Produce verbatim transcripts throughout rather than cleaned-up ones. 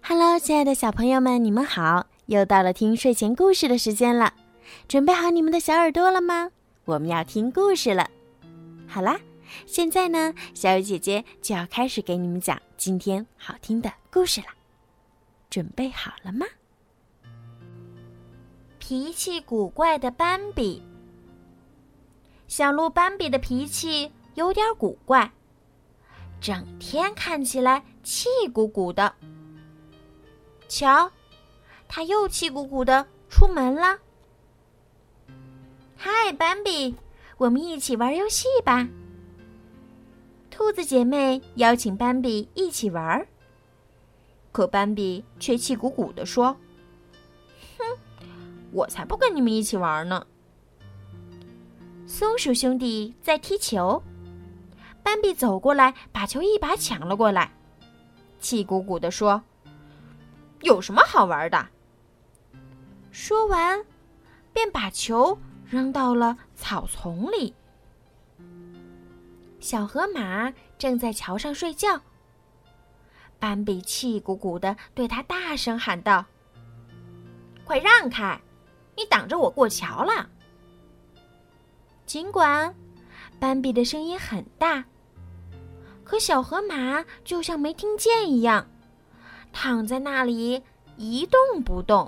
Hello， 亲爱的小朋友们，你们好！又到了听睡前故事的时间了，准备好你们的小耳朵了吗？我们要听故事了。好啦，现在呢，小雨姐姐就要开始给你们讲今天好听的故事了。准备好了吗？ 脾气古怪的斑比。小鹿斑比的脾气有点古怪，整天看起来气鼓鼓的。瞧，他又气鼓鼓的出门了。嗨，斑比，我们一起玩游戏吧。兔子姐妹邀请斑比一起玩，可斑比却气鼓鼓地说：“哼，我才不跟你们一起玩呢。”松鼠兄弟在踢球，斑比走过来，把球一把抢了过来，气鼓鼓地说：“有什么好玩的？”说完，便把球扔到了草丛里。小河马正在桥上睡觉，斑比气鼓鼓地对他大声喊道：“快让开，你挡着我过桥了！”尽管斑比的声音很大，可小河马就像没听见一样，躺在那里一动不动。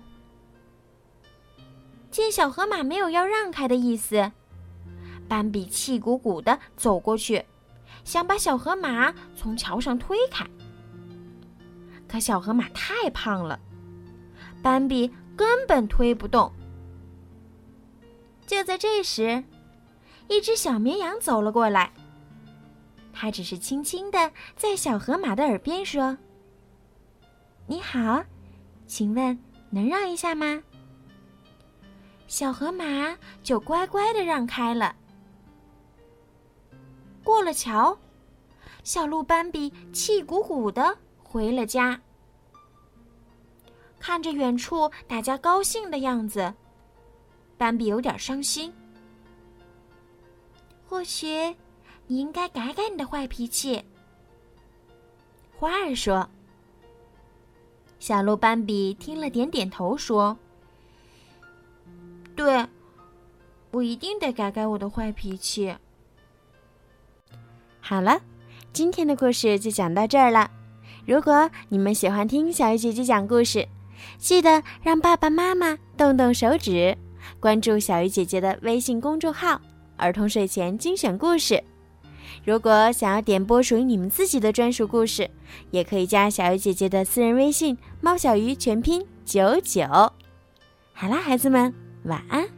见小河马没有要让开的意思，斑比气鼓鼓地走过去，想把小河马从桥上推开。可小河马太胖了，斑比根本推不动。就在这时，一只小绵羊走了过来，它只是轻轻地在小河马的耳边说：“你好，请问能让一下吗？”小河马就乖乖地让开了。过了桥，小鹿斑比气鼓鼓地回了家。看着远处大家高兴的样子，斑比有点伤心。或许你应该改改你的坏脾气，花儿说。小鹿斑比听了点点头说：“对，我一定得改改我的坏脾气。” 好了，今天的故事就讲到这儿了。如果你们喜欢听小鱼姐姐讲故事，记得让爸爸妈妈动动手指，关注小鱼姐姐的微信公众号儿童睡前精选故事。如果想要点播属于你们自己的专属故事，也可以加小鱼姐姐的私人微信猫小鱼全拼九九。好啦，孩子们，晚安。